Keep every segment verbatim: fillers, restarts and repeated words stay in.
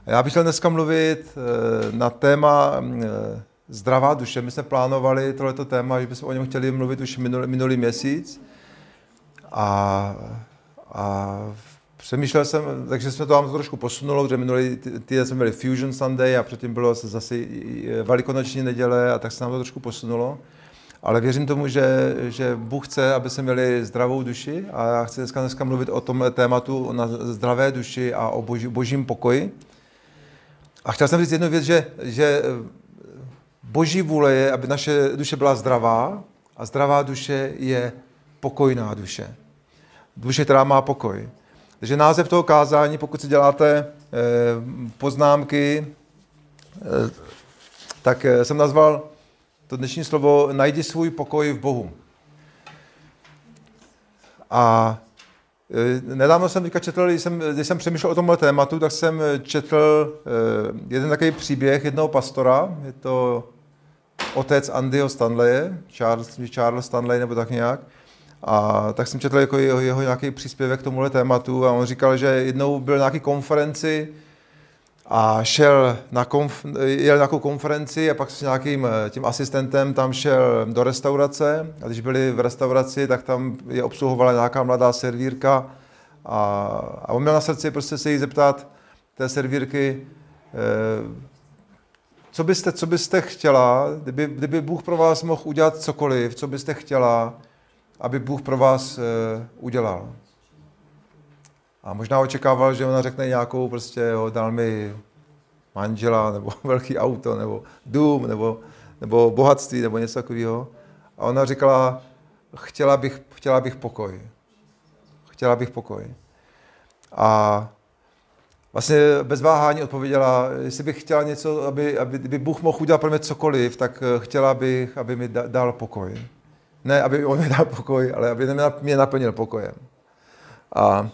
Já bych chtěl dneska mluvit na téma zdravá duše. My jsme plánovali tohleto téma, že bychom o něm chtěli mluvit už minulý, minulý měsíc. A, a přemýšlel jsem, takže jsme to vám to trošku posunulo, protože minulý týden jsme měli Fusion Sunday a předtím bylo zase velikonoční neděle a tak se nám to trošku posunulo. Ale věřím tomu, že, že Bůh chce, aby jsme měli zdravou duši a já chci dneska, dneska mluvit o tomhle tématu, na zdravé duši a o boží, božím pokoji. A chtěl jsem říct jednu věc, že, že boží vůle je, aby naše duše byla zdravá a zdravá duše je pokojná duše. Duše, která má pokoj. Takže název toho kázání, pokud si děláte poznámky, tak jsem nazval to dnešní slovo najdi svůj pokoj v Bohu. A nedávno jsem teďka četl, když jsem, když jsem přemýšlel o tomhle tématu, tak jsem četl jeden takový příběh jednoho pastora, je to otec Andyho Stanleye, Charles, Charles Stanley nebo tak nějak. A tak jsem četl jako jeho, jeho nějaký příspěvek k tomuhle tématu a on říkal, že jednou byl na nějaký konferenci a šel na konf, jel na nějakou konferenci a pak s nějakým tím asistentem tam šel do restaurace a když byli v restauraci, tak tam je obsluhovala nějaká mladá servírka a, a on měl na srdci prostě se jí zeptat té servírky, eh, co byste, co byste chtěla, kdyby, kdyby Bůh pro vás mohl udělat cokoliv, co byste chtěla, aby Bůh pro vás eh, udělal. A možná očekával, že ona řekne nějakou prostě, jo, dal mi manžela, nebo velký auto, nebo dům, nebo, nebo bohatství, nebo něco takového. A ona říkala, chtěla bych, chtěla bych pokoj. Chtěla bych pokoj. A vlastně bez váhání odpověděla, jestli bych chtěla něco, aby, aby, aby Bůh mohl udělat pro mě cokoliv, tak chtěla bych, aby mi dal pokoj. Ne, aby on mi dal pokoj, ale aby mě naplnil pokojem. A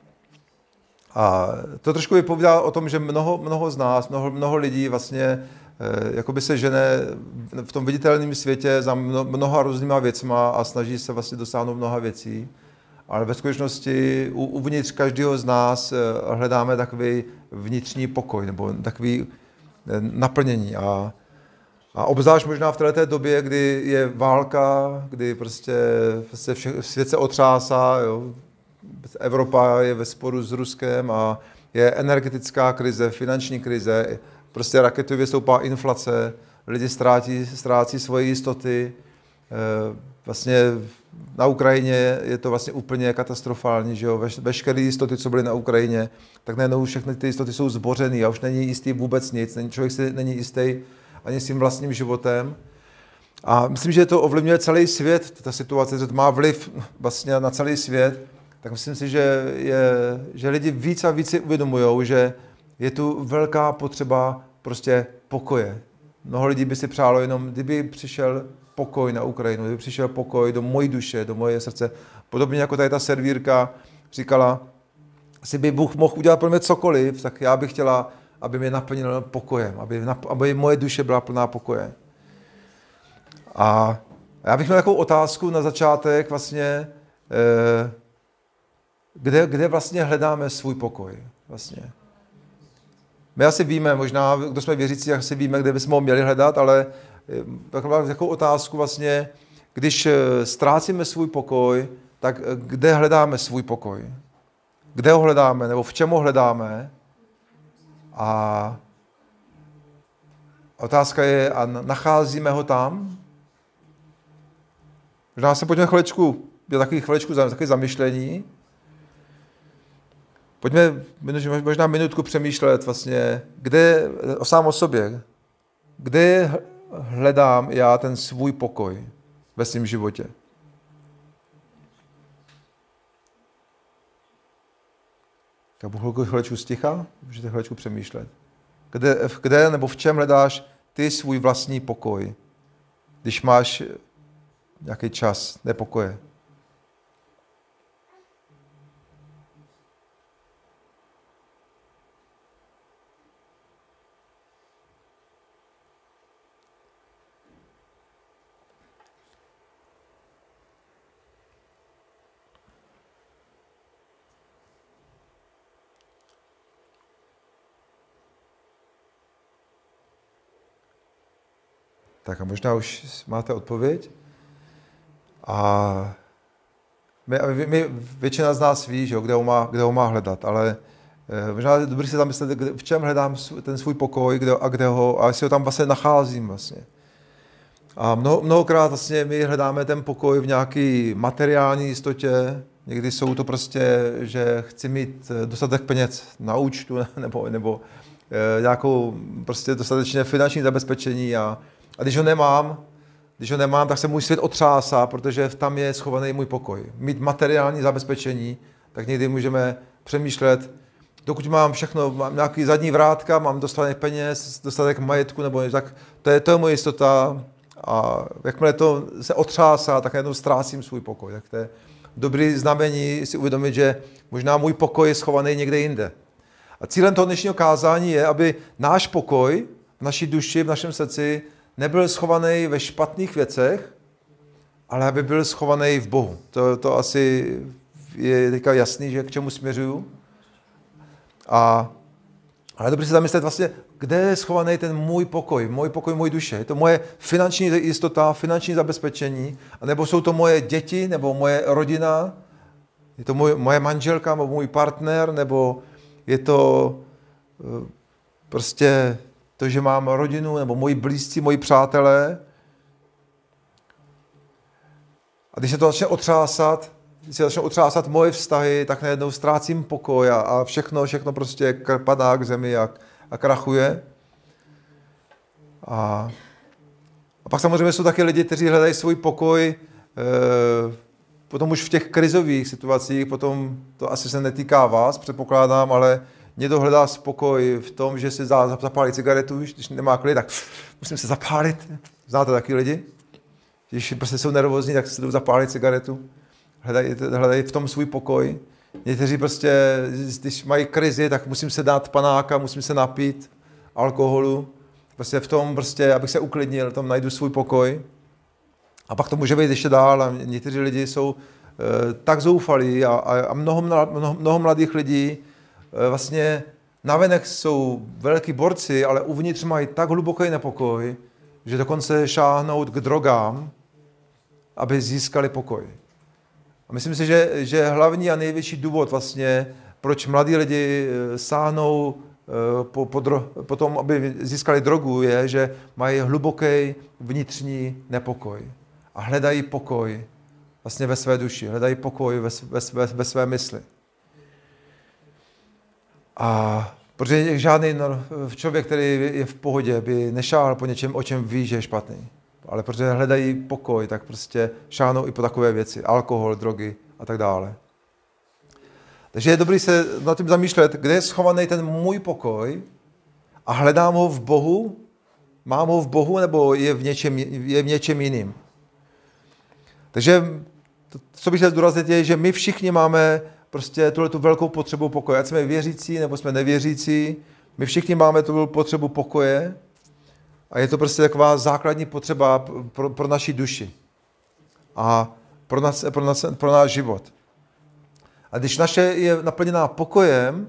A to trošku vypovídá o tom, že mnoho, mnoho z nás, mnoho, mnoho lidí vlastně eh, jakoby se žene v tom viditelném světě za mno, mnoha různýma věcma a snaží se vlastně dosáhnout mnoha věcí. Ale ve skutečnosti u, uvnitř každého z nás eh, hledáme takový vnitřní pokoj nebo takový eh, naplnění. A, a obzvlášť možná v této době, kdy je válka, kdy prostě, prostě vše, svět se otřásá, jo. Evropa je ve sporu s Ruskem a je energetická krize, finanční krize, prostě raketově stoupá inflace, lidi ztrácí, ztrácí svoje jistoty. Vlastně na Ukrajině je to vlastně úplně katastrofální, že jo? Veškeré jistoty, co byly na Ukrajině, tak najednou všechny ty jistoty jsou zbořený a už není jistý vůbec nic, člověk si není jistý ani svým vlastním životem. A myslím, že to ovlivňuje celý svět, ta situace, že to má vliv vlastně na celý svět. Tak myslím si, že, je, že lidi víc a víc si uvědomují, že je tu velká potřeba prostě pokoje. Mnoho lidí by si přálo jenom, kdyby přišel pokoj na Ukrajinu, kdyby přišel pokoj do mojí duše, do moje srdce. Podobně jako tady ta servírka říkala, jestli by Bůh mohl udělat pro mě cokoliv, tak já bych chtěla, aby mě naplnil pokojem, aby, aby moje duše byla plná pokoje. A já bych měl takovou otázku na začátek vlastně, eh, Kde, kde vlastně hledáme svůj pokoj? Vlastně. My asi víme, možná, kdo jsme věřící, asi víme, kde bychom ho měli hledat, ale takovou, takovou otázku vlastně, když ztrácíme svůj pokoj, tak kde hledáme svůj pokoj? Kde ho hledáme, nebo v čem ho hledáme? A otázka je, a nacházíme ho tam? Možná se pojďme chviličku, je takový chviličku, takový zamyšlení. Pojďme možná minutku přemýšlet vlastně, kde, sám o sobě, kde hledám já ten svůj pokoj ve svém životě. Tak budu chviličku sticha, můžete chviličku přemýšlet. Kde, kde nebo v čem hledáš ty svůj vlastní pokoj, když máš nějaký čas nepokoje? Tak a možná už máte odpověď. A my, my, většina z nás ví, že, kde, ho má, kde ho má hledat, ale možná je dobrý se zamyslet, v čem hledám ten svůj pokoj kde, a kde ho, a jestli ho tam vlastně nacházím vlastně. A mnoho, mnohokrát vlastně my hledáme ten pokoj v nějaké materiální jistotě. Někdy jsou to prostě, že chci mít dostatek peněz na účtu nebo, nebo e, nějakou prostě dostatečné finanční zabezpečení. A, a když ho nemám, když ho nemám, tak se můj svět otřásá, protože tam je schovaný můj pokoj. Mít materiální zabezpečení, tak někdy můžeme přemýšlet, dokud mám všechno, mám nějaký zadní vrátka, mám dostatek peněz, dostatek majetku, nebo tak to je, to je moje jistota. A jakmile to se otřásá, tak najednou ztrácím svůj pokoj. Tak to je dobrý znamení si uvědomit, že možná můj pokoj je schovaný někde jinde. A cílem toho dnešního kázání je, aby náš pokoj v naší duši, v našem srdci nebyl schovaný ve špatných věcech, ale aby byl schovaný v Bohu. To, to asi je teďka jasný, že k čemu směřuju. A, ale dobře se zamyslet vlastně, kde je schovaný ten můj pokoj, můj pokoj, můj duše. Je to moje finanční jistota, finanční zabezpečení, nebo jsou to moje děti, nebo moje rodina, je to můj, moje manželka, nebo můj partner, nebo je to prostě to, že mám rodinu, nebo moji blízcí, moji přátelé. A když se to začne otřásat, když se začne otřásat moje vztahy, tak najednou ztrácím pokoj a, a všechno, všechno prostě padá k zemi a, a krachuje. A, a pak samozřejmě jsou taky lidi, kteří hledají svůj pokoj e, potom už v těch krizových situacích, potom to asi se netýká vás, předpokládám, ale někdo hledá spokoj v tom, že si zapálí cigaretu, když nemá klid, tak musím se zapálit. Znáte taky lidi? Když prostě jsou nervózní, tak si jdou zapálit cigaretu. Hledají, hledají v tom svůj pokoj. Někteří prostě, když mají krizi, tak musím se dát panáka, musím se napít alkoholu. Prostě v tom, prostě, abych se uklidnil, tam najdu svůj pokoj. A pak to může být ještě dál. A někteří lidi jsou e, tak zoufalí a, a, a mnoho, mnoho, mnoho mladých lidí e, vlastně navenek jsou velký borci, ale uvnitř mají tak hluboký nepokoj, že dokonce šáhnout k drogám, aby získali pokoj. A myslím si, že, že hlavní a největší důvod vlastně, proč mladí lidi sáhnou po, po, dro, po tom, aby získali drogu, je, že mají hluboký vnitřní nepokoj. A hledají pokoj vlastně ve své duši, hledají pokoj ve, ve, ve, ve své mysli. A protože žádný člověk, který je v pohodě, by nešáhl po něčem, o čem ví, že je špatný. Ale protože hledají pokoj, tak prostě šáhnou i po takové věci. Alkohol, drogy a tak dále. Takže je dobré se nad tím zamýšlet, kde je schovaný ten můj pokoj a hledám ho v Bohu, mám ho v Bohu, nebo je v něčem, je v něčem jiným. Takže to, co bych chtěl zdůraznit, je, že my všichni máme prostě tuhle tu velkou potřebu pokoje. Ať jsme věřící, nebo jsme nevěřící, my všichni máme tu potřebu pokoje a je to prostě taková základní potřeba pro, pro naši duši a pro, nás, pro, nás, pro náš život. A když naše je naplněná pokojem,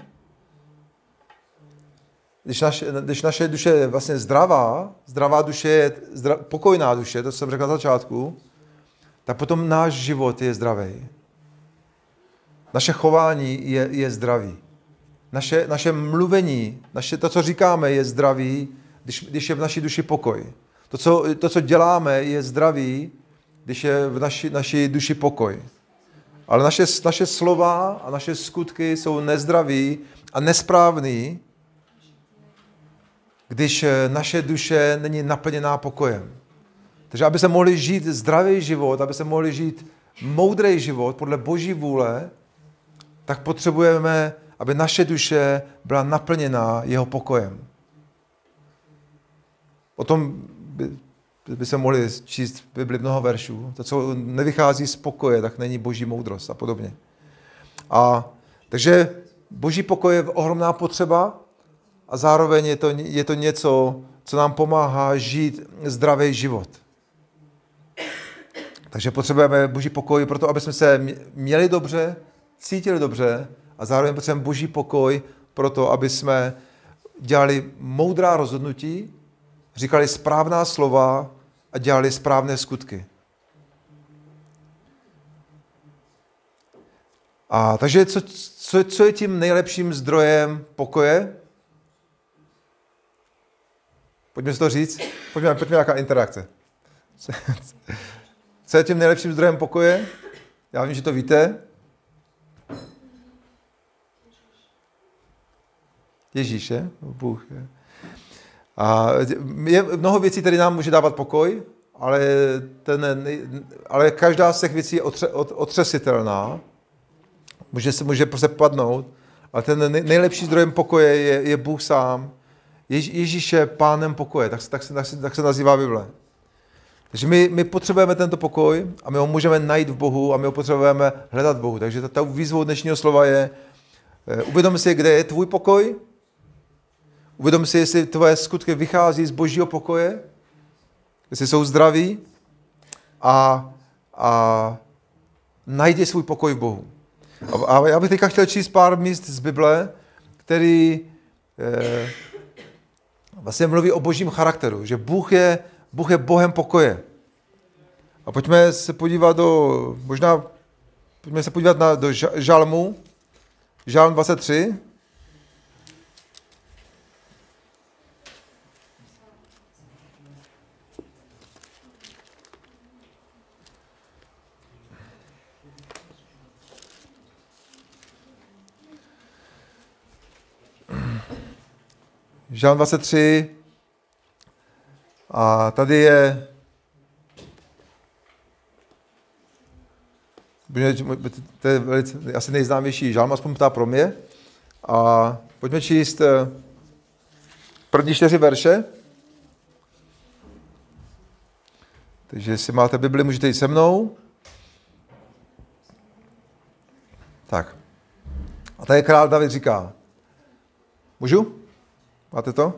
když naše, když naše duše je vlastně zdravá, zdravá duše je zdra, pokojná duše, to jsem řekl na začátku, tak potom náš život je zdravý. Naše chování je, je zdravý. Naše, naše mluvení, naše, to, co říkáme, je zdravý, když, když je v naší duši pokoj. To co, to, co děláme, je zdravý, když je v naši, naší duši pokoj. Ale naše, naše slova a naše skutky jsou nezdraví a nesprávný, když naše duše není naplněná pokojem. Takže aby se mohli žít zdravý život, aby se mohli žít moudrý život podle Boží vůle, tak potřebujeme, aby naše duše byla naplněná jeho pokojem. O tom by, by se mohli číst v Bibli mnoho veršů. To, co nevychází z pokoje, tak není Boží moudrost a podobně. A, takže Boží pokoj je ohromná potřeba a zároveň je to, je to něco, co nám pomáhá žít zdravý život. Takže potřebujeme Boží pokoj proto, aby jsme se měli dobře, cítili dobře a zároveň potřebujeme Boží pokoj proto, aby jsme dělali moudrá rozhodnutí, říkali správná slova a dělali správné skutky. A takže co, co, co je tím nejlepším zdrojem pokoje? Pojďme si to říct. Pojďme, pojďme nějaká interakce. Co je tím nejlepším zdrojem pokoje? Já vím, že to víte. Ježíš, je? Bůh. Je. A je mnoho věcí, které nám může dávat pokoj, ale, ten, ale každá z těch věcí je otře, otřesitelná. Může se může prostě padnout, ale ten nejlepší zdrojem pokoje je, je Bůh sám. Jež, Ježíš je pánem pokoje, tak se, tak se, tak se, tak se nazývá Bible. Takže my, my potřebujeme tento pokoj a my ho můžeme najít v Bohu a my ho potřebujeme hledat v Bohu. Takže ta, ta výzvou dnešního slova je, uvědom si, kde je tvůj pokoj, uvědom si, jestli tvoje skutky vychází z Božího pokoje, jestli jsou zdraví a, a najdi svůj pokoj v Bohu. A, a já bych teďka chtěl číst pár míst z Bible, který eh, vlastně mluví o božím charakteru, že Bůh je, Bůh je Bohem pokoje. A pojďme se podívat do, možná, pojďme se podívat na, do Žalmu, Žalm dvacet tři. Žalm dvacet tři a tady je to je velice, asi nejznámější žalm, aspoň ptá pro mě. A pojďme číst první čtyři verše. Takže jestli máte Bibli, můžete jít se mnou. Tak. A tady král David říká. Můžu? Máte to?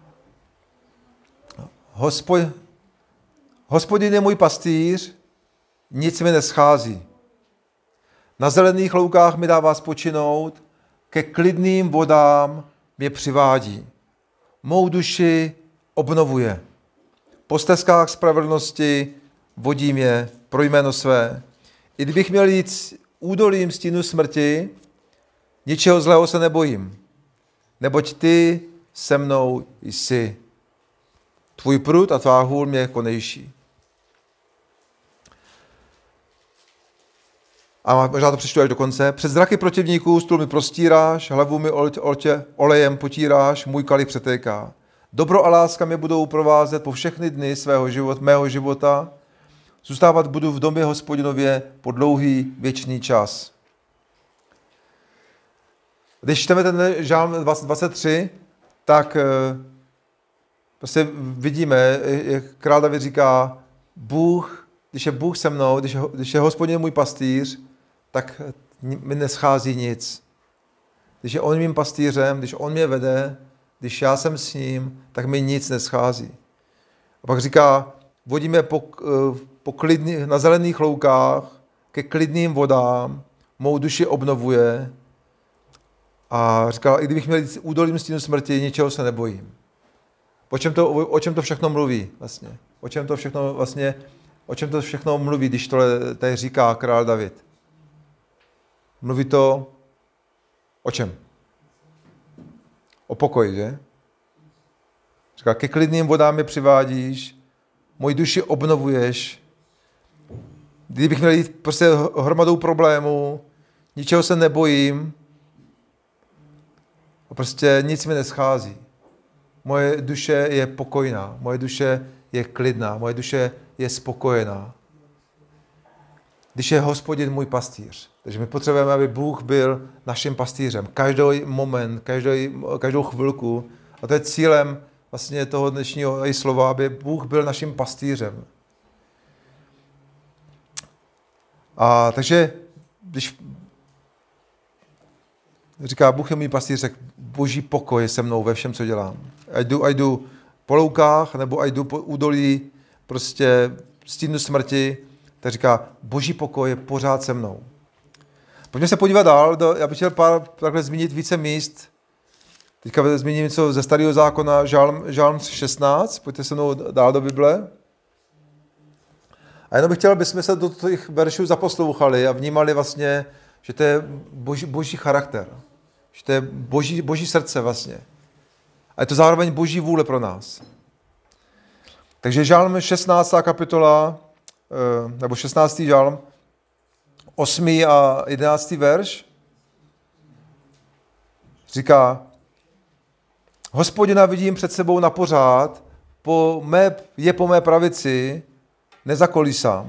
Hospod... Hospodin je můj pastýř, nic mi neschází. Na zelených loukách mi dává spočinout, ke klidným vodám mě přivádí. Mou duši obnovuje. Po stezkách spravedlnosti vodí mě pro jméno své. I kdybych měl jít údolím stínu smrti, ničeho zlého se nebojím, neboť ty se mnou jsi. Tvůj prut a tvá hůl mě konejší. A možná to přečtu až do konce. Před zraky protivníků stůl mi prostíráš, hlavu mi oltě, olejem potíráš, můj kalich přetéká. Dobro a láska mě budou provázet po všechny dny svého života, mého života. Zůstávat budu v domě Hospodinově po dlouhý věčný čas. Když čteme ten žálm dvacet tři, tak prostě vidíme, jak král David říká, Bůh, když je Bůh se mnou, když je, když je Hospodin můj pastýř, tak mi neschází nic. Když je on mým pastýřem, když on mě vede, když já jsem s ním, tak mi nic neschází. A pak říká, vodíme po, po klidný, na zelených loukách, ke klidným vodám, mou duši obnovuje. A říkal, i kdybych měl jít údolím stínu smrti, ničeho se nebojím. O čem to, o čem to všechno mluví vlastně? O čem to všechno vlastně, o čem to všechno mluví, když tohle tady říká král David? Mluví to o čem? O pokoji, že? Říká, ke klidným vodám mě přivádíš, moji duši obnovuješ. Kdybych měl jít prostě hromadou problémů, ničeho se nebojím, a prostě nic mi neschází. Moje duše je pokojná, moje duše je klidná, moje duše je spokojená. Když je Hospodin můj pastýř. Takže my potřebujeme, aby Bůh byl naším pastýřem. Každý moment, každý, každou chvilku. A to je cílem vlastně toho dnešního slova, aby Bůh byl naším pastýřem. A takže, když říká, Bůh je můj pastýř, tak boží pokoj je se mnou ve všem, co dělám. Ať jdu, ať jdu po loukách, nebo ať jdu po údolí, prostě stínu smrti, tak říká, boží pokoj je pořád se mnou. Pojďme se podívat dál, do, já bych chtěl pár, takhle zmínit více míst. Teďka zmíním něco ze starého zákona, Žálm, Žálm šestnáct, pojďte se mnou dál do Bible. A jenom bych chtěl, abychom se do těch veršů zaposlouchali a vnímali vlastně, že to je boží, boží charakter. Že to je boží, boží srdce vlastně. A je to zároveň boží vůle pro nás. Takže žálm šestnáctá kapitola, nebo šestnáctý žálm, osmý a jedenáctý verš, říká: Hospodina vidím před sebou na pořád, po mé, je po mé pravici, nezakolísám.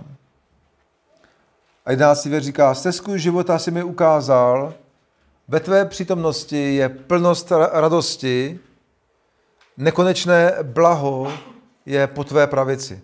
A jedenáctý verš říká: Stezku života si mi ukázal, ve tvé přítomnosti je plnost radosti, nekonečné blaho je po tvé pravici.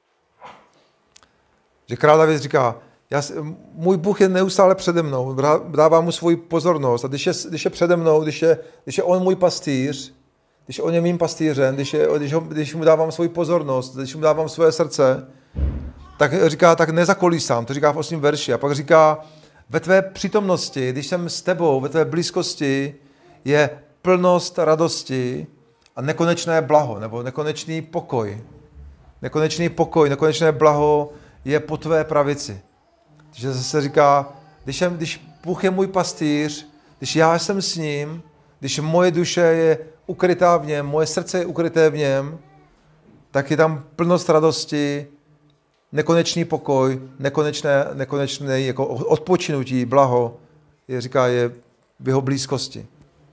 Že král David říká: já, můj Bůh je neustále přede mnou, dává mu svoji pozornost a když je, když je přede mnou, když je, když je on můj pastýř, když on je mým pastýřem, když, je, když, ho, když mu dávám svoji pozornost, když mu dávám svoje srdce, tak říká, tak nezakolísám, to říká v osmém verši. A pak říká: ve tvé přítomnosti, když jsem s tebou, ve tvé blízkosti, je plnost radosti a nekonečné blaho, nebo nekonečný pokoj. Nekonečný pokoj, nekonečné blaho je po tvé pravici. Takže zase říká, když, jsem, když Bůh je můj pastýř, když já jsem s ním, když moje duše je ukrytá v něm, moje srdce je ukryté v něm, tak je tam plnost radosti, nekonečný pokoj, nekonečné, nekonečné jako odpočinutí, blaho, je, říká, je v jeho blízkosti.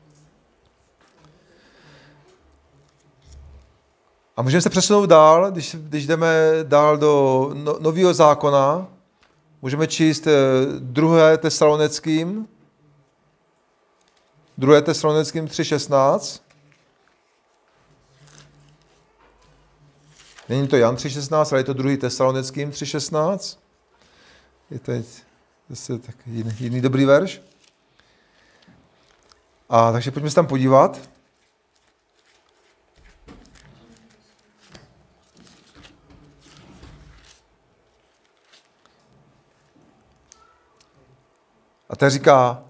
A můžeme se přesunout dál, když, když jdeme dál do no, Nového zákona, můžeme číst druhé Tesalonickým, druhé Tesalonickým tři šestnáct. Není to Jan tři šestnáct, ale je to druhý Tesalonickým tři šestnáct. Je to zase tak jiný, jiný dobrý verš. A takže pojďme se tam podívat. A ten říká: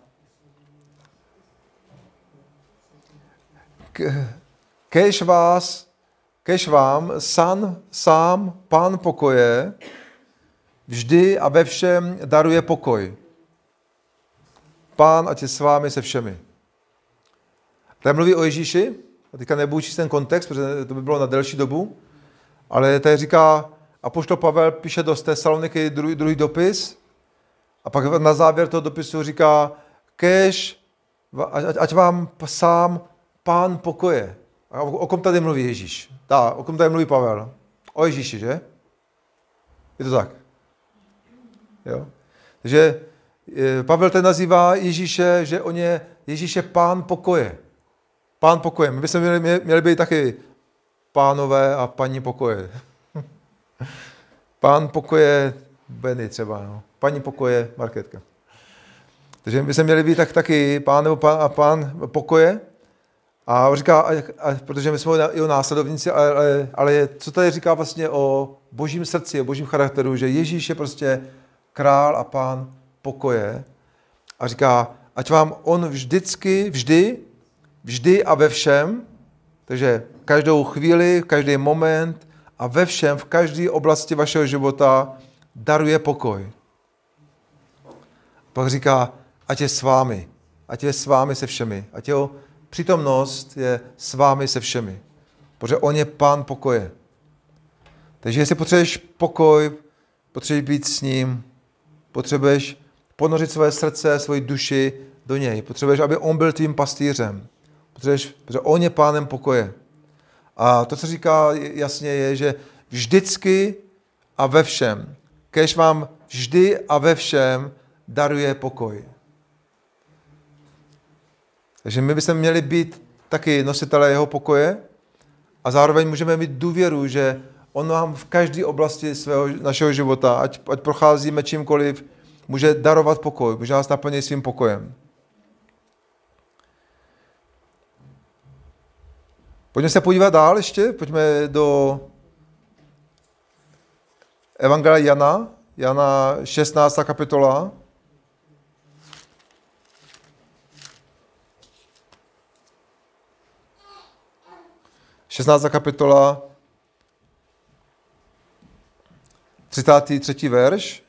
Kéž vás, kéž vám san, sám Pán pokoje vždy a ve všem daruje pokoj. Pán, ať je s vámi se všemi. Tady mluví o Ježíši, a teďka nebudu číst ten kontext, protože to by bylo na delší dobu, ale tady říká, apoštol Pavel píše do Tesaloniky druhý, druhý dopis, a pak na závěr toho dopisu říká: Kéž, ať, ať vám sám Pán pokoje. A o, o kom tady mluví Ježíš? Tá, o kom tady mluví Pavel? O Ježíši, že? Je to tak? Jo? Takže Pavel tady nazývá Ježíše, že on je, Ježíš je Pán pokoje. Pán pokoje. My bychom měli, měli být taky pánové a paní pokoje. Pán pokoje Benny třeba, no. Paní pokoje Markétka. Takže my jsme měli být tak, taky pán nebo pán, a pán pokoje. A on říká, a, a, protože my jsme jeho následovníci, ale, ale, ale co tady říká vlastně o božím srdci, o božím charakteru, že Ježíš je prostě král a pán pokoje. A říká, ať vám on vždycky, vždy, vždy a ve všem, takže každou chvíli, každý moment a ve všem, v každé oblasti vašeho života daruje pokoj. Pak říká, ať je s vámi, ať je s vámi se všemi, ať jeho přítomnost je s vámi se všemi, protože on je Pán pokoje. Takže jestli potřebuješ pokoj, potřebuješ být s ním, potřebuješ ponořit své srdce, svoji duši do něj, potřebuješ, aby on byl tvým pastýřem, potřebuješ, protože on je Pánem pokoje. A to, co říká jasně, je, že vždycky a ve všem, kéž vám vždy a ve všem daruje pokoj. Takže my bychom měli být taky nositelé jeho pokoje a zároveň můžeme mít důvěru, že on nám v každé oblasti svého, našeho života, ať, ať procházíme čímkoliv, může darovat pokoj, může nás naplnit svým pokojem. Pojďme se podívat dál ještě, pojďme do Evangelia Jana, Jana šestnáctá kapitola. šestnáctá kapitola, třicátý třetí verš.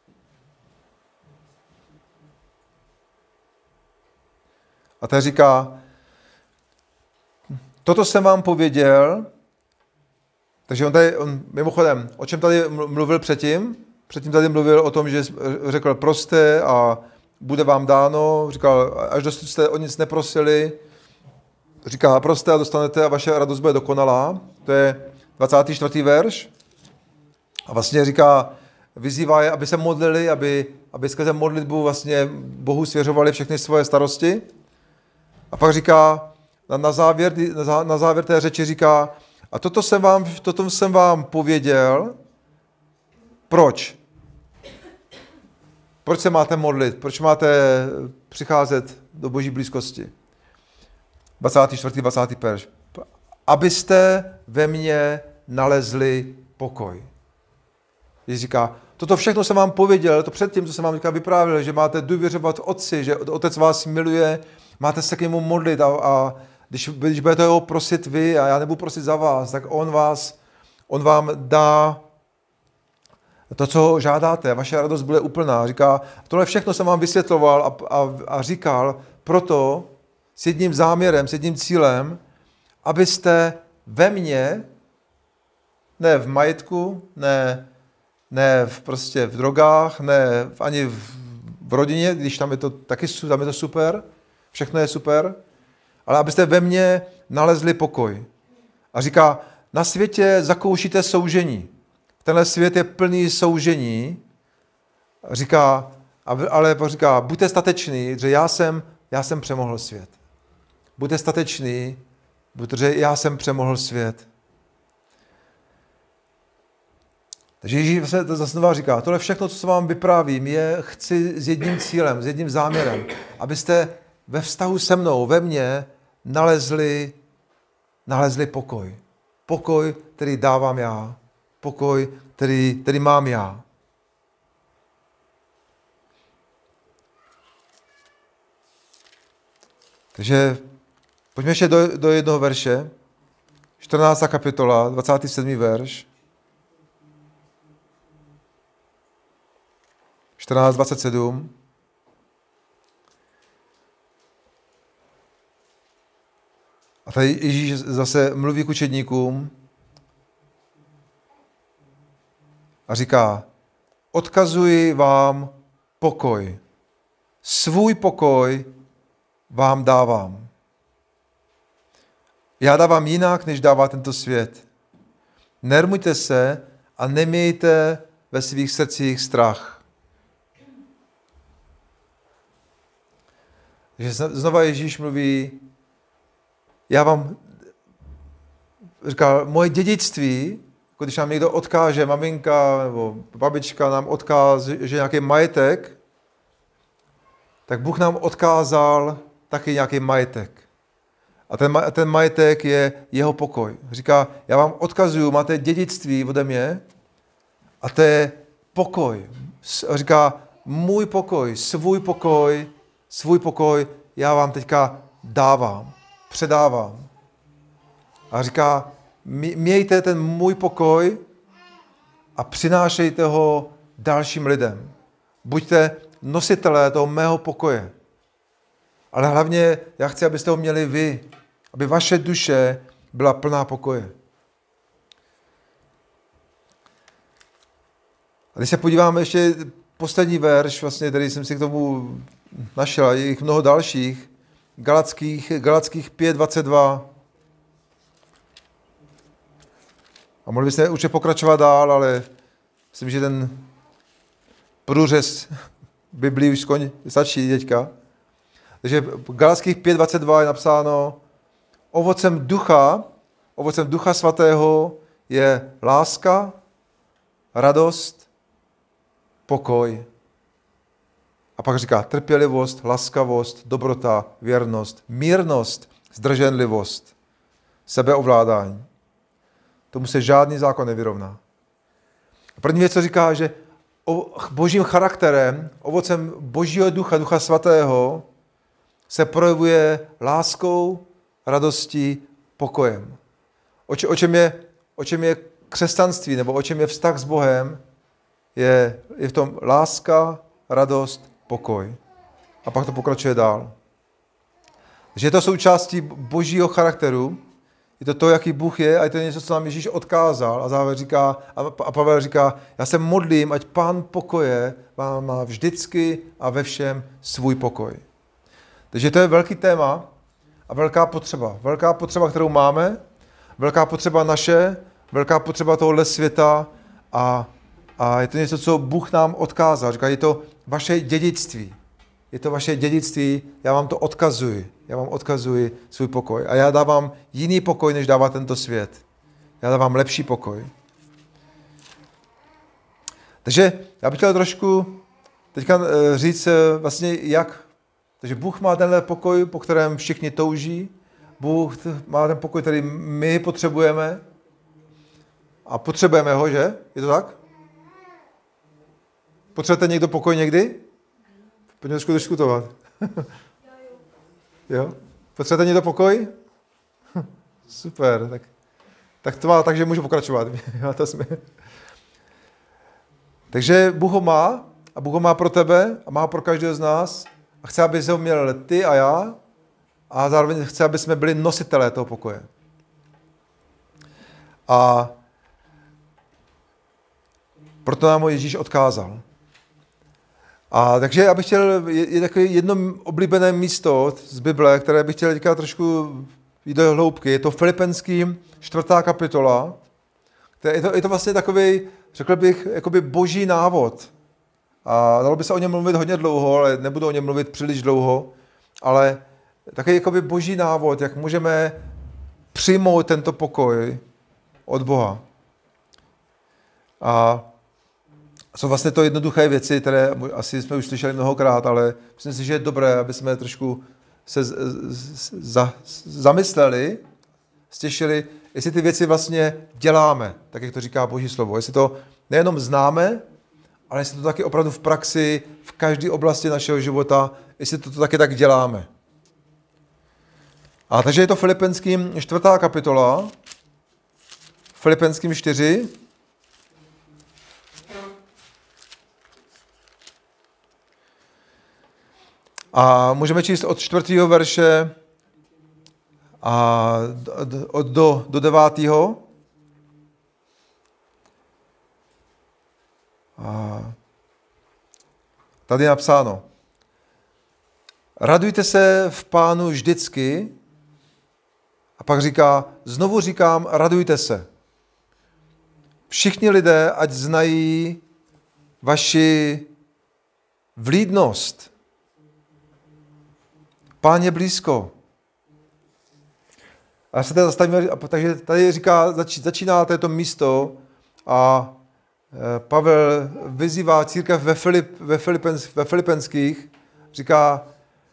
A tady říká, toto jsem vám pověděl, takže on tady, on, mimochodem, o čem tady mluvil předtím? Předtím tady mluvil o tom, že řekl proste a bude vám dáno, říkal, až dosud jste o nic neprosili, říká proste a dostanete a vaše radost bude dokonalá. To je dvacátý čtvrtý verš. A vlastně říká, vyzývá je, aby se modlili, aby, aby skrze modlitbu vlastně Bohu svěřovali všechny svoje starosti. A pak říká, na, na, závěr, na, na závěr té řeči říká, a toto jsem vám, toto jsem vám pověděl, proč? Proč se máte modlit? Proč máte přicházet do Boží blízkosti? dvacátý čtvrtý dvacátý verš. Abyste ve mně nalezli pokoj. Ježíš říká, toto všechno jsem vám pověděl, to předtím, co jsem vám říkal, vyprávěl, že máte důvěřovat Otci, že Otec vás miluje, máte se k němu modlit a, a když, když budete ho prosit vy a já nebudu prosit za vás, tak on vás, on vám dá to, co žádáte. Vaše radost bude úplná. Říká, tohle všechno jsem vám vysvětloval a, a, a říkal proto s jedním záměrem, s jedním cílem, abyste ve mně, ne v majetku, ne, ne v, prostě v drogách, ne v, ani v, v rodině, když tam je to taky tam je to super, všechno je super, ale abyste ve mně nalezli pokoj. A říká, na světě zakoušíte soužení. Tenhle svět je plný soužení. Říká, ale říká, buďte statečný, že já jsem, já jsem přemohl svět. Buďte statečný, protože já jsem přemohl svět. Takže Ježíš se zase znova říká, tohle všechno, co vám vyprávím, je chci s jedním cílem, s jedním záměrem, abyste ve vztahu se mnou, ve mně, nalezli, nalezli pokoj. Pokoj, který dávám já. Pokoj, který, který mám já. Takže pojďme ještě do, do jednoho verše. čtrnáctá kapitola, dvacátý sedmý verš. čtrnáct dvacet sedm. A tady Ježíš zase mluví k učedníkům a říká, odkazuji vám pokoj. Svůj pokoj vám dávám. Já dávám jinak, než dává tento svět. Nermujte se a nemějte ve svých srdcích strach. Takže znova Ježíš mluví, já vám, říká, moje dědictví, jako když nám někdo odkáže, maminka nebo babička nám odkáže, že nějaký majetek, tak Bůh nám odkázal taky nějaký majetek. A ten, ten majetek je jeho pokoj. Říká, já vám odkazuju, máte dědictví ode mě a to je pokoj. Říká, můj pokoj, svůj pokoj, svůj pokoj já vám teďka dávám, předávám. A říká, mějte ten můj pokoj a přinášejte ho dalším lidem. Buďte nositelé toho mého pokoje. Ale hlavně já chci, abyste ho měli vy, aby vaše duše byla plná pokoje. A když se podíváme ještě poslední verš, vlastně, který jsem si k tomu našel, je jich mnoho dalších, Galackých, Galackých pět dvacet dva. A mohli byste určitě pokračovat dál, ale myslím, že ten průřez Biblii už skoň, stačí teďka. Takže v Galackých pět dvacet dva je napsáno, ovocem ducha, ovocem ducha svatého je láska, radost, pokoj. A pak říká trpělivost, laskavost, dobrota, věrnost, mírnost, zdrženlivost, sebeovládání. Tomu se žádný zákon nevyrovná. A první věc, co říká, že božím charakterem, ovocem božího ducha, ducha svatého, se projevuje láskou, radostí, pokojem. O, če, o, čem je, o čem je křesťanství, nebo o čem je vztah s Bohem, je, je v tom láska, radost, pokoj. A pak to pokračuje dál. Takže je to součástí božího charakteru, je to to, jaký Bůh je, a je to něco, co nám Ježíš odkázal. A závěr říká, a Pavel říká, já se modlím, ať Pán pokoje vám má vždycky a ve všem svůj pokoj. Takže to je velký téma a velká potřeba. Velká potřeba, kterou máme, velká potřeba naše, velká potřeba tohohle světa a, a je to něco, co Bůh nám odkázal. Říká, je to vaše dědictví. Je to vaše dědictví, já vám to odkazuji. Já vám odkazuji svůj pokoj. A já dávám jiný pokoj, než dává tento svět. Já dávám lepší pokoj. Takže já bych chtěl trošku teďka říct vlastně, jak... Takže Bůh má tenhle pokoj, po kterém všichni touží. Bůh má ten pokoj, který my potřebujeme. A potřebujeme ho, že? Je to tak? Potřebujete někdo pokoj někdy? Pojďme trošku diskutovat. Jo? Potřebujete někdo pokoj? Super, tak, tak to má, takže můžu pokračovat. to jsme. Takže Bůh ho má a Bůh ho má pro tebe a má pro každého z nás a chce, aby ho měl ty a já a zároveň chce, aby jsme byli nositelé toho pokoje. A proto nám ho Ježíš odkázal. A takže já bych chtěl, je, je takové jedno oblíbené místo z Bible, které bych chtěl teďka trošku jít do hloubky. Je to Filipenským čtvrtá kapitola. Je to, je to vlastně takový, řekl bych, jakoby boží návod. A dalo by se o něm mluvit hodně dlouho, ale nebudu o něm mluvit příliš dlouho. Ale takový jakoby boží návod, jak můžeme přijmout tento pokoj od Boha. A jsou vlastně to jednoduché věci, které asi jsme už slyšeli mnohokrát, ale myslím si, že je dobré, aby jsme trošku se z, z, za, zamysleli, stěšili, jestli ty věci vlastně děláme, tak jak to říká Boží slovo. Jestli to nejenom známe, ale jestli to taky opravdu v praxi, v každé oblasti našeho života, jestli to, to taky tak děláme. A takže je to Filipenským čtvrtá kapitola, Filipenským čtyři. A můžeme číst od čtvrtého verše a od do, do devátého. A tady je napsáno. Radujte se v Pánu vždycky. A pak říká, znovu říkám, radujte se. Všichni lidé, ať znají vaši vlídnost. Pán je blízko. A já se tady zastavíme, takže tady říká, začíná toto místo a Pavel vyzývá církev ve, Filip, ve, Filipens, ve Filipenských, říká,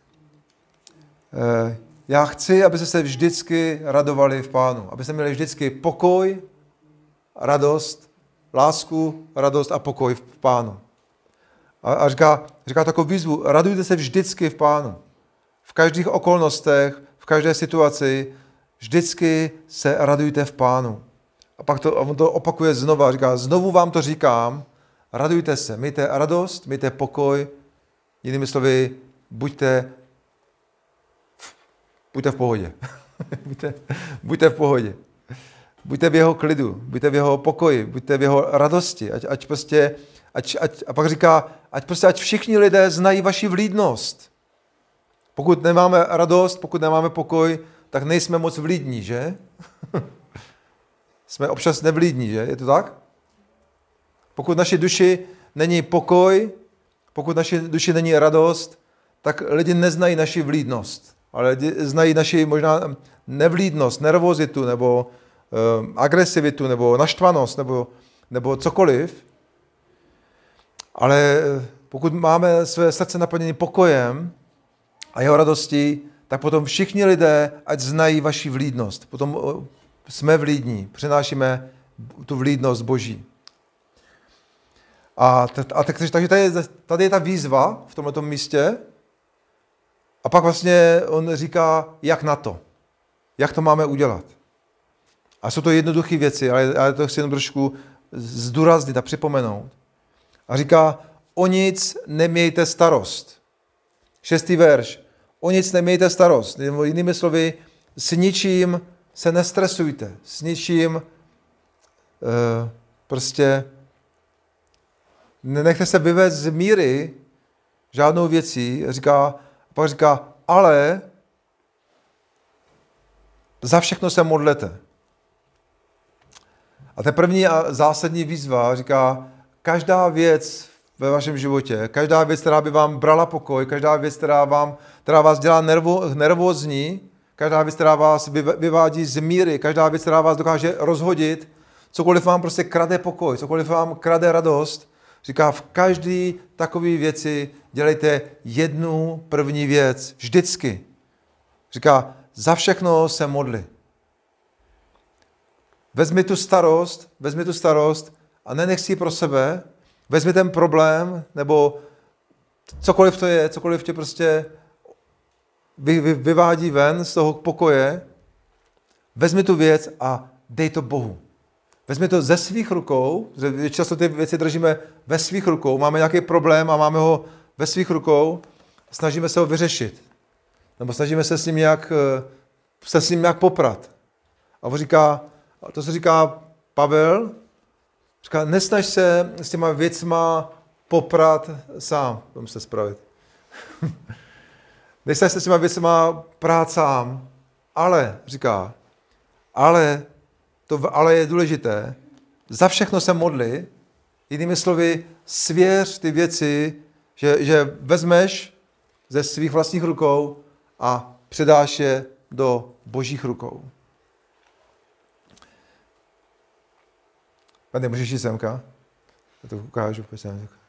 já chci, aby se vždycky radovali v Pánu, aby se měli vždycky pokoj, radost, lásku, radost a pokoj v Pánu. A, a říká, říká takovou výzvu, radujte se vždycky v Pánu. V každých okolnostech, v každé situaci, vždycky se radujte v Pánu. A pak to, on to opakuje znova, říká, znovu vám to říkám, radujte se, mějte radost, mějte pokoj, jinými slovy, buďte, buďte v pohodě. buďte, buďte v pohodě. Buďte v jeho klidu, buďte v jeho pokoji, buďte v jeho radosti, ať, ať prostě, ať, ať, a pak říká, ať prostě, ať všichni lidé znají vaši vlídnost. Pokud nemáme radost, pokud nemáme pokoj, tak nejsme moc vlídní, že? Jsme občas nevlídní, že? Je to tak? Pokud naši duši není pokoj, pokud naši duši není radost, tak lidi neznají naši vlídnost, ale lidi znají naši možná nevlídnost, nervozitu, nebo uh, agresivitu, nebo naštvanost, nebo, nebo cokoliv. Ale pokud máme své srdce naplněné pokojem a jeho radostí, tak potom všichni lidé, ať znají vaši vlídnost. Potom jsme vlídní, přinášíme tu vlídnost Boží. A, t- a t- takže tady je, tady je ta výzva v tomto místě a pak vlastně on říká, jak na to. Jak to máme udělat. A jsou to jednoduché věci, ale já to chci jenom trošku zdůraznit a připomenout. A říká, o nic nemějte starost. Šestý verš. O nic nemějte starost. Jinými slovy, s ničím se nestresujte. S ničím uh, prostě nenechte se vyvést z míry žádnou věcí. Říká, pak říká, ale za všechno se modlete. A ta první a zásadní výzva říká, každá věc ve vašem životě, každá věc, která by vám brala pokoj, každá věc, která, vám, která vás dělá nervo, nervózní, každá věc, která vás vyvádí z míry, každá věc, která vás dokáže rozhodit, cokoliv vám prostě krade pokoj, cokoliv vám krade radost, říká, v každé takové věci dělejte jednu první věc, vždycky. Říká, za všechno se modli. Vezmi tu starost, vezmi tu starost a nenech si ji pro sebe, vezmi ten problém, nebo cokoliv to je, cokoliv tě prostě vy, vy, vyvádí ven z toho pokoje, vezmi tu věc a dej to Bohu. Vezmi to ze svých rukou, že často ty věci držíme ve svých rukou, máme nějaký problém a máme ho ve svých rukou, snažíme se ho vyřešit. Nebo snažíme se s ním nějak, se s ním nějak poprat. A on říká, a to se říká Pavel, říká, nesnaž se s těma věcma poprat sám. Budeme se spravit. Nesnaž se s těma věcma prát sám, ale, říká, ale, to ale je důležité, za všechno se modli, jinými slovy, svěř ty věci, že, že vezmeš ze svých vlastních rukou a předáš je do Božích rukou. Tady můžeš jít semka? Já to ukážu, pojď se na to ukážu.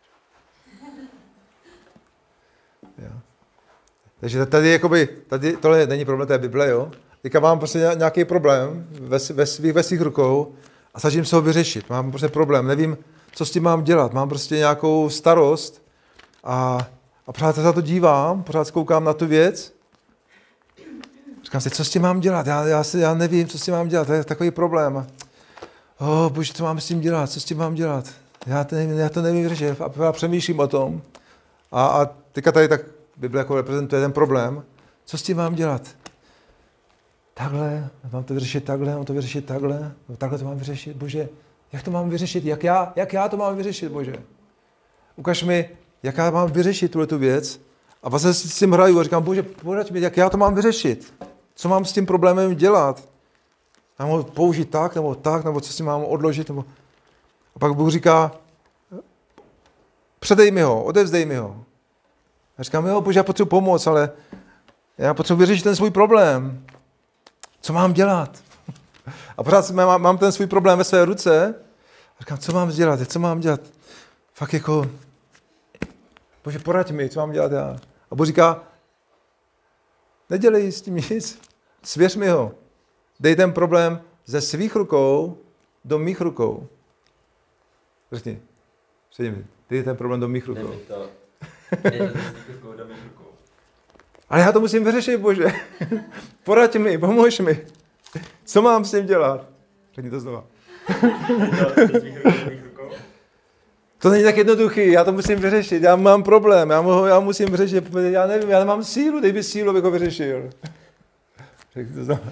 Jo. Takže tady, jakoby, tady tohle není problém té Bible, jo? Teďka mám prostě nějaký problém ve, ve, svých, ve svých rukou a snažím se ho vyřešit. Mám prostě problém, nevím, co s tím mám dělat. Mám prostě nějakou starost a, a pořád se za to dívám, pořád se koukám na tu věc. Říkám si, co s tím mám dělat? Já, já, si, já nevím, co s tím mám dělat, to je takový problém. Oh, bože, co mám s tím dělat? Co s tím mám dělat? Já to nevím, já to nevím vyřešit. A já přemýšlím o tom. A, a teďka tady tak Bible jako reprezentuje ten problém. Co s tím mám dělat? Takhle, mám to vyřešit takhle, mám to vyřešit takhle, takhle to mám vyřešit, bože. Jak to mám vyřešit? Jak já, jak já to mám vyřešit, bože? Ukaž mi, jak já mám vyřešit tuhletu věc. A vlastně si s tím hraju a říkám, bože, poraď mi, jak já to mám vyřešit. Co mám s tím problémem dělat? Mám ho použít tak, nebo tak, nebo co si mám odložit, nebo... A pak Bůh říká, předej mi ho, odevzdej mi ho. A říkám, jo, bože, já potřebuji pomoc, ale já potřebuji vyřešit ten svůj problém. Co mám dělat? A pořád mám, mám ten svůj problém ve své ruce. A říkám, co mám dělat, co mám dělat? Fakt jako, bože, poraď mi, co mám dělat já. A Bůh říká, nedělej s tím nic, svěř mi ho. Dej ten problém ze svých rukou do mých rukou. Řekni, předej mi, dej ten problém do mých rukou. Dej to ze svých rukou do mých rukou. Ale já to musím vyřešit, bože. Poraď mi, pomož mi. Co mám s tím dělat? Řekni to znova. Ze svých rukou do mých rukou. To není tak jednoduchý, já to musím vyřešit, já mám problém, já, mu, já musím vyřešit, já nevím, já nemám sílu, dej mi sílu, abych ho vyřešil. Řekni to znova.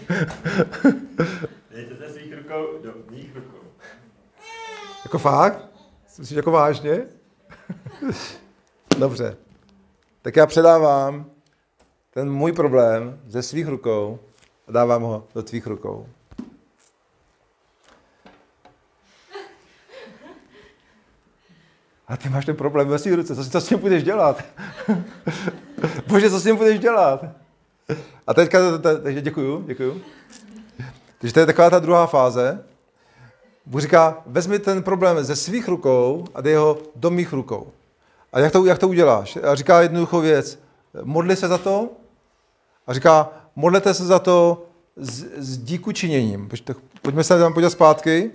Dejte ze svých rukou do mých rukou. Jako fakt? Myslíš jako vážně? Dobře. Tak já předávám ten můj problém ze svých rukou a dávám ho do tvých rukou. A ty máš ten problém ve svých ruce, co, co s tím budeš dělat? Bože, co s tím budeš dělat? A teďka, takže děkuju, děkuju. Takže to je taková ta druhá fáze. Bůh říká, vezmi ten problém ze svých rukou a dej ho do mých rukou. A jak to, jak to uděláš? A říká jednoduchou věc. Modli se za to a říká, modlete se za to s, s díku činěním. Pojďme se tam podívat zpátky.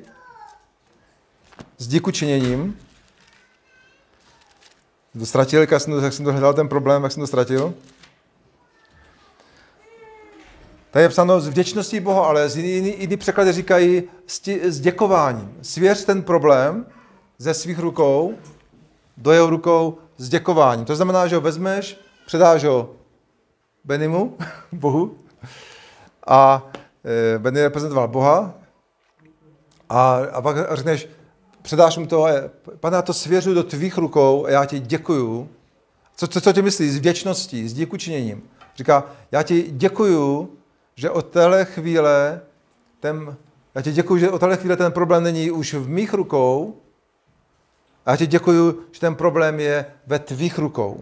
S díku činěním. To ztratil, jak jsem, jak jsem to hledal ten problém, jak jsem to ztratil. Tady je psáno s vděčností Boha, ale z jiný, jiný překlady říkají s, tí, s děkováním. Svěř ten problém ze svých rukou do jeho rukou s děkováním. To znamená, že ho vezmeš, předáš ho Benimu, Bohu, a e, Benny reprezentoval Boha, a, a pak řekneš, předáš mu to, Pane, já to svěřuji do tvých rukou a já ti děkuju. Co, co, co ti myslíš? S vděčností, s díkučiněním. Říká, já ti děkuju, že od téhle chvíle ten, já ti děkuju, že od téhle chvíle ten problém není už v mých rukou, a já ti děkuju, že ten problém je ve tvých rukou.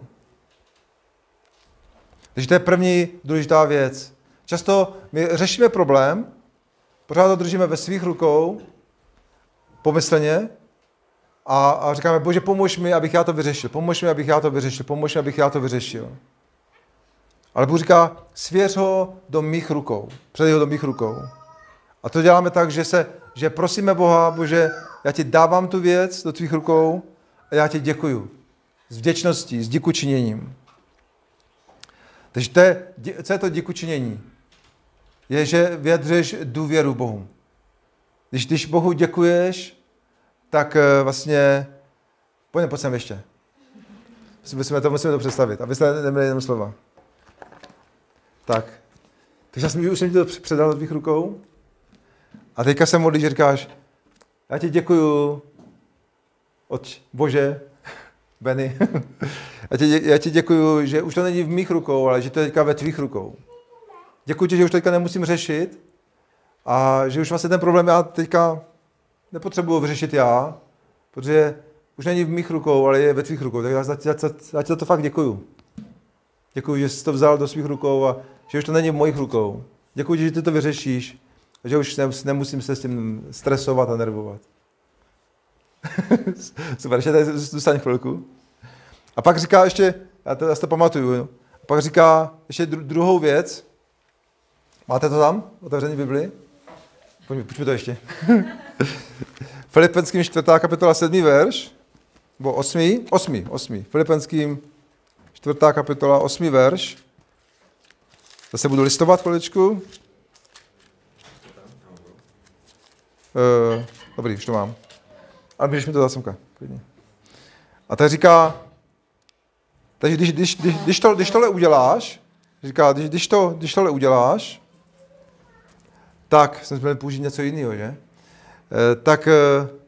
Takže to je první důležitá věc. Často my řešíme problém, pořád to držíme ve svých rukou, pomyslně, a, a říkáme, Bože, pomož mi, abych já to vyřešil, pomož mi, abych já to vyřešil, pomož mi, abych já to vyřešil. Ale Bůh říká, svěř ho do mých rukou, předej ho do mých rukou. A to děláme tak, že, se, že prosíme Boha, Bože, já ti dávám tu věc do tvých rukou a já ti děkuju. S vděčností, s díkučiněním. Takže to je, co je to díkučinění? Je, že vyjadřuješ důvěru Bohu. Když, když Bohu děkuješ, tak vlastně... Pojď, pojď sem ještě. Musíme to, musíme to představit, aby jsme neměli jenom slova. Tak. Takže já jsem, už jsem ti to předal do tvých rukou. A teďka se modlíš, že říkáš, já ti děkuju, Otče, Bože, Benny. já, ti, já ti děkuju, že už to není v mých rukou, ale že to je teďka ve tvých rukou. Děkuji ti, že už teďka nemusím řešit a že už vlastně ten problém já teďka nepotřebuji vyřešit já, protože už není v mých rukou, ale je ve tvých rukou. Tak já, já, já, já ti za to fakt děkuju. Děkuji, že jsi to vzal do svých rukou a že už to není v mojich rukou. Děkuji ti, že ty to vyřešíš a že už nemusím se s tím stresovat a nervovat. Super, ještě tady zůstaň chvilku. A pak říká ještě, já to, já to pamatuju, jo. A pak říká ještě dru, druhou věc. Máte to tam? Otevřený Bibli? Pojďme, pojďme to ještě. Filipenským čtvrtá kapitola sedmý verš, nebo osmý, osmý, osmý. Filipenským čtvrtá kapitola osmý verš. Zase budu listovat chviličku. Uh, dobrý, už to mám. Ale můžeš mi to dát semka. A tak říká, takže když, když, když, když, to, když tohle uděláš, říká, když, když, to, když tohle uděláš, tak, jsem měl použít něco jiného, že? E, tak, e,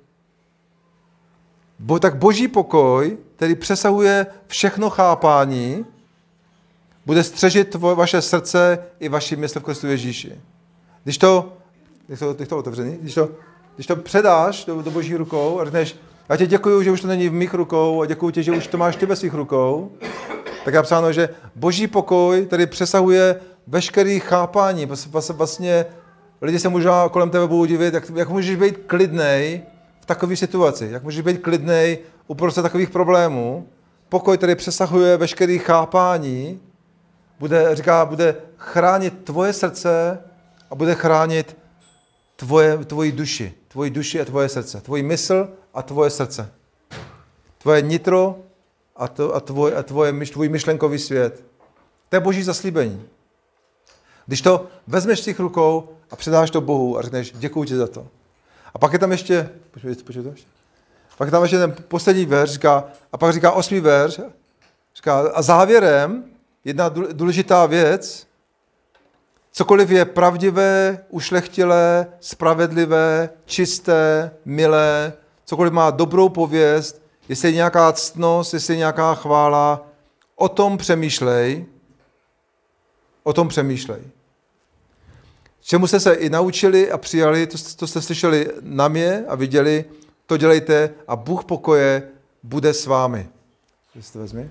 bo, tak boží pokoj, který přesahuje všechno chápání, bude střežit tvoje, vaše srdce i vaši mysl v Kristu Ježíši. Když to, když to, když to otevřený, když to, když to předáš do, do boží rukou a řekneš, já ti děkuju, že už to není v mých rukou a děkuju ti, že už to máš ty ve svých rukou, tak je napsáno, že boží pokoj, který přesahuje veškerý chápání. Vlastně lidi se možná kolem tebe budou divit, jak, jak můžeš být klidnej v takové situaci, jak můžeš být klidnej uprostřed takových problémů. Pokoj, který přesahuje veškerý chápání, bude, říká, bude chránit tvoje srdce a bude chránit tvoje, tvoji duši, tvoji duši a tvoje srdce, tvoji mysl a tvoje srdce. Tvoje nitro a, to, a, tvoj, a tvoje, tvůj myšlenkový svět. To je boží zaslíbení. Když to vezmeš z těch rukou a předáš to Bohu a řekneš, děkuji ti za to. A pak je tam ještě, počkej, počkej to ještě. Pak je tam ještě ten poslední verš, říká, a pak říká osmý verš, říká, a závěrem jedna důležitá věc, cokoliv je pravdivé, ušlechtilé, spravedlivé, čisté, milé, cokoliv má dobrou pověst, jestli je nějaká ctnost, jestli je nějaká chvála, o tom přemýšlej, o tom přemýšlej. Čemu jste se i naučili a přijali, to, to jste slyšeli na mě a viděli, to dělejte a Bůh pokoje bude s vámi. Když to vezmi.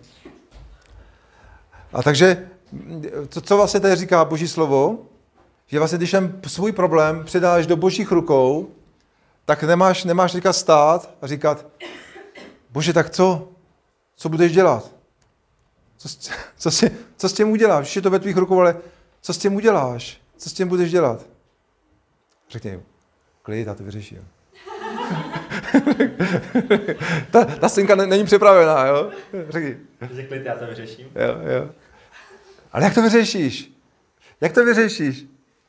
A takže, to, co vlastně tady říká Boží slovo, že vlastně, když ten svůj problém předáš do Božích rukou, tak nemáš, nemáš teďka stát a říkat, Bože, tak co? Co budeš dělat? Co, co, si, co s tím uděláš? Už je to ve tvých rukou, ale co s tím uděláš? Co s tím budeš dělat? Řekni jim, klid, já to vyřeším. ta, ta synka není připravená, jo? Řekni. Řekni klid, já to vyřeším. Jo, jo. Ale jak to vyřešíš? Jak to vyřešíš?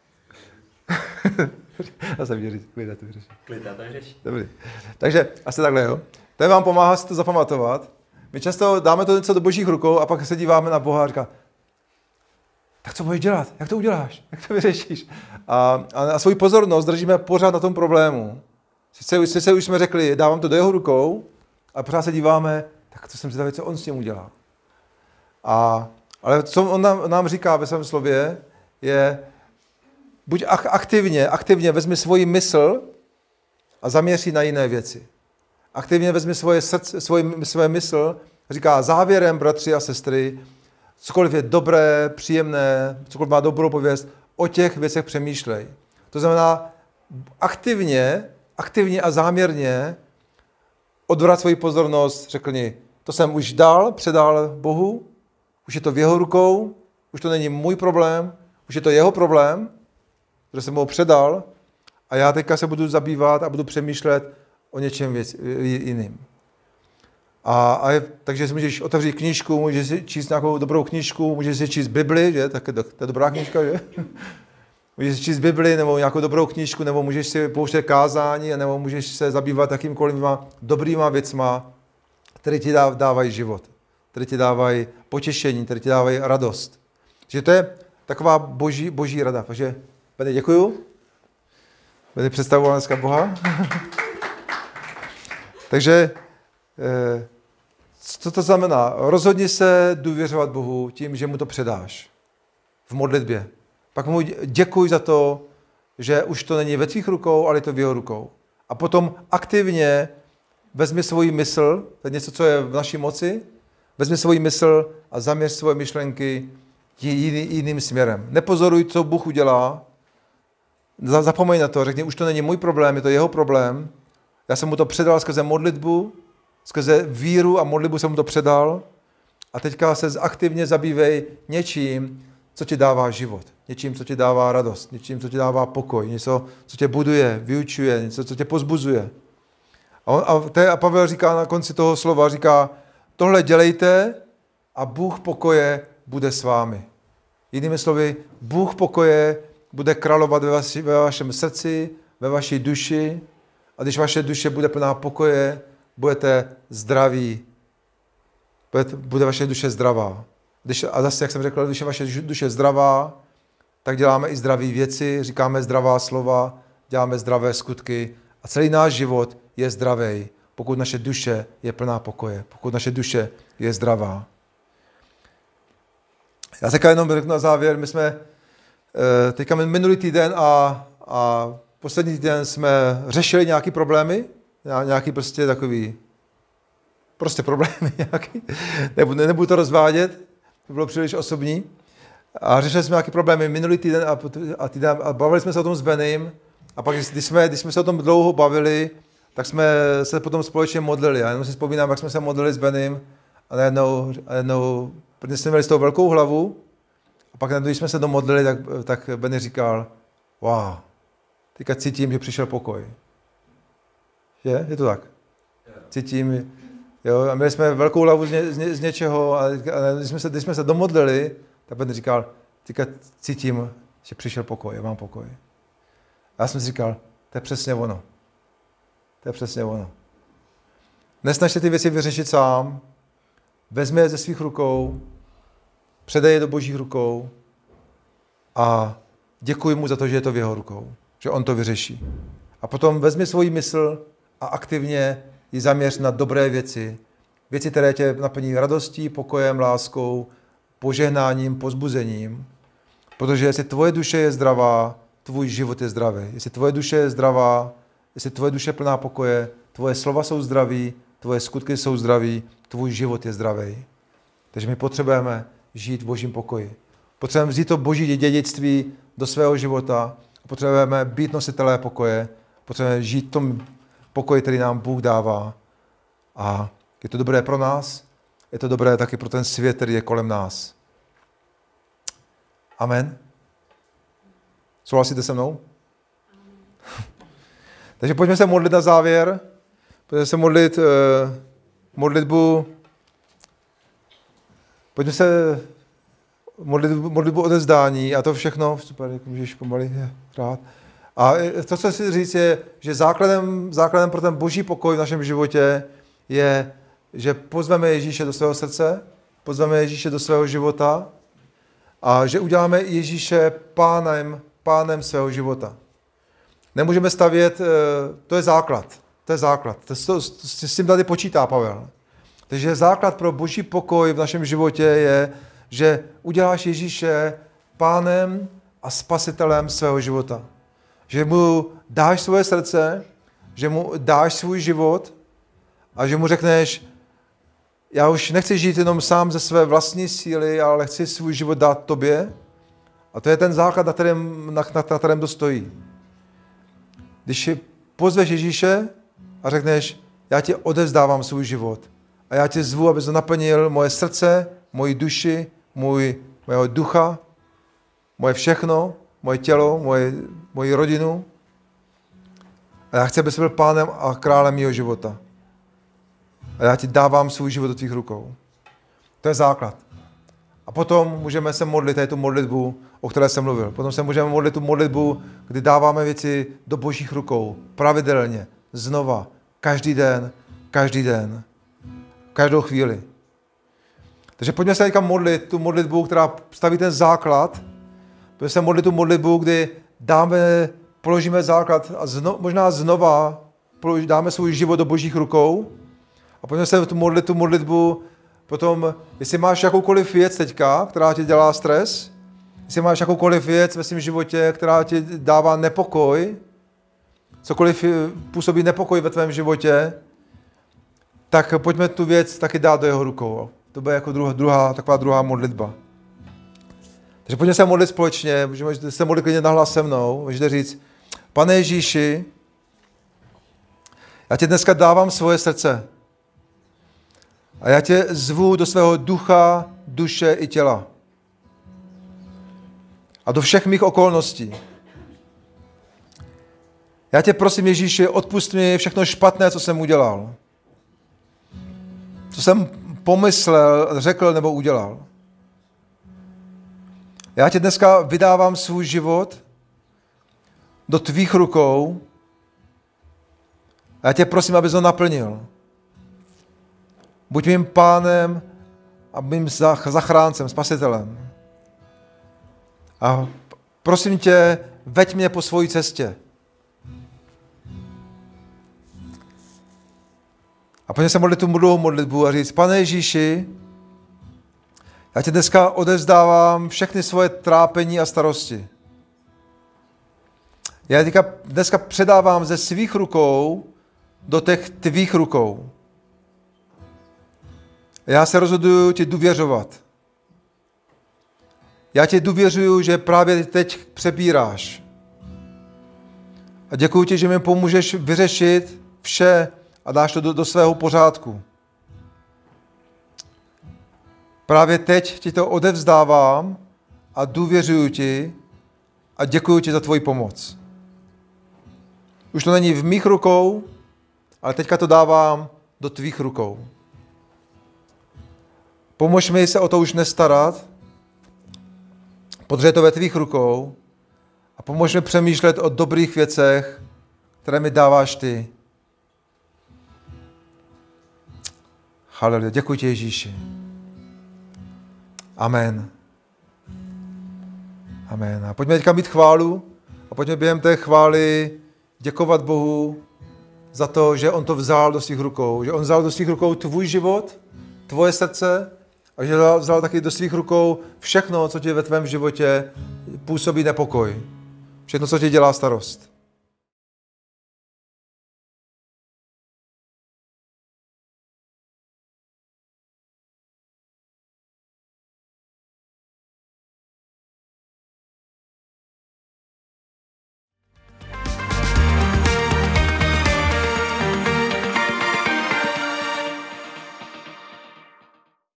Já jsem věřit, klid, já to vyřeším. Klid, já to vyřeším. Dobrý. Takže asi takhle, jo. To vám pomáhá si to zapamatovat. My často dáme to něco do božích rukou a pak se díváme na Boha a říká, tak co budeš dělat? Jak to uděláš? Jak to vyřešíš? A, a, a svou pozornost držíme pořád na tom problému. Sice, sice už jsme řekli, dávám to do jeho rukou, a pořád se díváme, tak to jsem zvědavý, co on s tím udělá. A, ale co on nám, nám říká ve svém slově, je, buď aktivně, aktivně vezmi svoji mysl a zaměř ji na jiné věci. Aktivně vezmi svoje srdce, svoji, svoje mysl, říká závěrem, bratři a sestry, cokoliv je dobré, příjemné, cokoliv má dobrou pověst, o těch věcech přemýšlej. To znamená, aktivně, aktivně a záměrně odvrát svoji pozornost, řekni, to jsem už dal, předal Bohu, už je to v jeho rukou, už to není můj problém, už je to jeho problém, že jsem ho předal a já teďka se budu zabývat a budu přemýšlet o něčem věc, jiným. A, a je, takže si můžeš otevřít knížku, můžeš si číst nějakou dobrou knížku, můžeš si číst Bibli, že? Tak to je dobrá knížka, že? Můžeš si číst Bibli nebo nějakou dobrou knížku, nebo můžeš si pouštět kázání, nebo můžeš se zabývat takýmkoliv dobrýma věcma, které ti dávají život, které ti dávají potěšení, které ti dávají radost. Takže to je taková boží, boží rada. Takže, Bene, děkuju. Bene, představoval dneska Boha. Takže, eh, co to znamená? Rozhodni se důvěřovat Bohu tím, že mu to předáš v modlitbě. Pak mu děkuj za to, že už to není ve tvých rukou, ale je to v jeho rukou. A potom aktivně vezmi svoji mysl, to je něco, co je v naší moci, vezmi svoji mysl a zaměř svoje myšlenky jiný, jiným směrem. Nepozoruj, co Bůh udělá, zapomeň na to, řekni, už to není můj problém, je to jeho problém. Já jsem mu to předal skrze modlitbu, skrze víru a modlitbu jsem mu to předal a teďka se aktivně zabývej něčím, co ti dává život, něčím, co ti dává radost, něčím, co ti dává pokoj, něco, co tě buduje, vyučuje, něco, co tě pozbuzuje. A, on, a, te, a Pavel říká na konci toho slova, říká, tohle dělejte a Bůh pokoje bude s vámi. Jinými slovy, Bůh pokoje bude královat ve, vaši, ve vašem srdci, ve vaší duši a když vaše duše bude plná pokoje, budete zdraví, bude, bude vaše duše zdravá. Když, a zase, jak jsem řekl, když je vaše duše zdravá, tak děláme i zdravé věci, říkáme zdravá slova, děláme zdravé skutky a celý náš život je zdravý, pokud naše duše je plná pokoje, pokud naše duše je zdravá. Já se jenom řeknu na závěr, my jsme teďka minulý týden a, a poslední týden jsme řešili nějaké problémy, nějaký prostě takový, prostě problémy nějaký, nebudu, nebudu to rozvádět, to bylo příliš osobní. A řešili jsme nějaké problémy minulý týden a, a, týden a bavili jsme se o tom s Benem. A pak, když jsme, když jsme se o tom dlouho bavili, tak jsme se potom společně modlili. A jenom si vzpomínám, jak jsme se modlili s Benem a najednou, a najednou protože jsme měli z toho velkou hlavu a pak když jsme se domodlili, tak, tak Benny říkal, wow, teďka cítím, že přišel pokoj. Je? Je to tak? Cítím, jo, a měli jsme velkou hlavu z, ně, z, ně, z něčeho a, a když, jsme se, když jsme se domodlili, tak Benny říkal, teďka cítím, že přišel pokoj, já mám pokoj. A já jsem si říkal, to je přesně ono. To je přesně ono. Nesnaž se ty věci vyřešit sám, vezmi je ze svých rukou, předej je do božích rukou a děkuji mu za to, že je to v jeho rukou, že on to vyřeší. A potom vezmi svoji mysl a aktivně ji zaměř na dobré věci. Věci, které tě naplní radostí, pokojem, láskou, požehnáním, pozbuzením. Protože jestli tvoje duše je zdravá, tvůj život je zdravý. Jestli tvoje duše je zdravá, jestli tvoje duše je plná pokoje, tvoje slova jsou zdraví, tvoje skutky jsou zdraví, tvůj život je zdravý. Takže my potřebujeme žít v božím pokoji. Potřebujeme vzít to boží dědictví do svého života. Potřebujeme být nositelé pokoje. Potřebujeme žít v tom pokoji, který nám Bůh dává. A je to dobré pro nás, je to dobré taky pro ten svět, který je kolem nás. Amen. Souhlasíte se mnou? Takže pojďme se modlit na závěr. Pojďme se modlit uh, modlitbu Pojďme se modlit, modlitbu odezdání a to všechno, super, můžeš pomaly hrát. A to, co chci říct, je, že základem, základem pro ten boží pokoj v našem životě je že pozveme Ježíše do svého srdce, pozveme Ježíše do svého života a že uděláme Ježíše pánem, pánem svého života. Nemůžeme stavět, to je základ, to je základ. To, to, s tím tady počítá Pavel. Takže základ pro boží pokoj v našem životě je, že uděláš Ježíše pánem a spasitelem svého života. Že mu dáš svoje srdce, že mu dáš svůj život a že mu řekneš, já už nechci žít jenom sám ze své vlastní síly, ale chci svůj život dát tobě. A to je ten základ, na kterém, na, na, na kterém to stojí. Když pozveš Ježíše a řekneš, já ti odevzdávám svůj život a já tě zvu, abys naplnil moje srdce, moji duši, můj, mojeho ducha, moje všechno, moje tělo, moje, moji rodinu. A já chci, abys byl pánem a králem mého života. A já ti dávám svůj život do tvých rukou. To je základ. A potom můžeme se modlit, tady tu modlitbu, o které jsem mluvil. Potom se můžeme modlit tu modlitbu, kdy dáváme věci do božích rukou. Pravidelně, znova, každý den, každý den, každou chvíli. Takže pojďme se teďka modlit tu modlitbu, která staví ten základ. Pojďme se modlit tu modlitbu, kdy dáme, položíme základ a zno, možná znova dáme svůj život do božích rukou. A pojďme se tu modlit tu modlitbu. Potom, jestli máš jakoukoliv věc teďka, která ti dělá stres, jestli máš jakoukoliv věc ve svém životě, která ti dává nepokoj, cokoliv působí nepokoj ve tvém životě, tak pojďme tu věc taky dát do jeho rukou. To bude jako druhá, druhá, taková druhá modlitba. Takže pojďme se modlit společně, můžeme se modlit klidně nahlas se mnou, můžete říct, Pane Ježíši, já ti dneska dávám svoje srdce. A já tě zvu do svého ducha, duše i těla. A do všech mých okolností. Já tě prosím, Ježíši, odpust mi všechno špatné, co jsem udělal. Co jsem pomyslel, řekl nebo udělal. Já tě dneska vydávám svůj život do tvých rukou. A já tě prosím, abys ho naplnil. Buď mým pánem a mým zachráncem, spasitelem. A prosím tě, veď mě po svojí cestě. A pojďme se modlit tu dlouhou modlitbu a říct, Pane Ježíši, já tě dneska odevzdávám všechny svoje trápení a starosti. Já tě dneska předávám ze svých rukou do těch tvých rukou. Já se rozhoduju ti důvěřovat. Já ti důvěřuju, že právě teď přebíráš. A děkuji ti, že mi pomůžeš vyřešit vše a dáš to do, do svého pořádku. Právě teď ti to odevzdávám a důvěřuju ti a děkuji ti za tvoji pomoc. Už to není v mých rukou, ale teďka to dávám do tvých rukou. Pomož mi se o to už nestarat, protože je to ve tvých rukou a pomož mi přemýšlet o dobrých věcech, které mi dáváš ty. Haleluja. Děkuji ti, Ježíši. Amen. Amen. A pojďme teďka mít chválu a pojďme během té chvály děkovat Bohu za to, že on to vzal do svých rukou. Že on vzal do svých rukou tvůj život, tvoje srdce a že vzal taky do svých rukou všechno, co ti ve tvém životě působí nepokoj. Všechno, co ti dělá starost.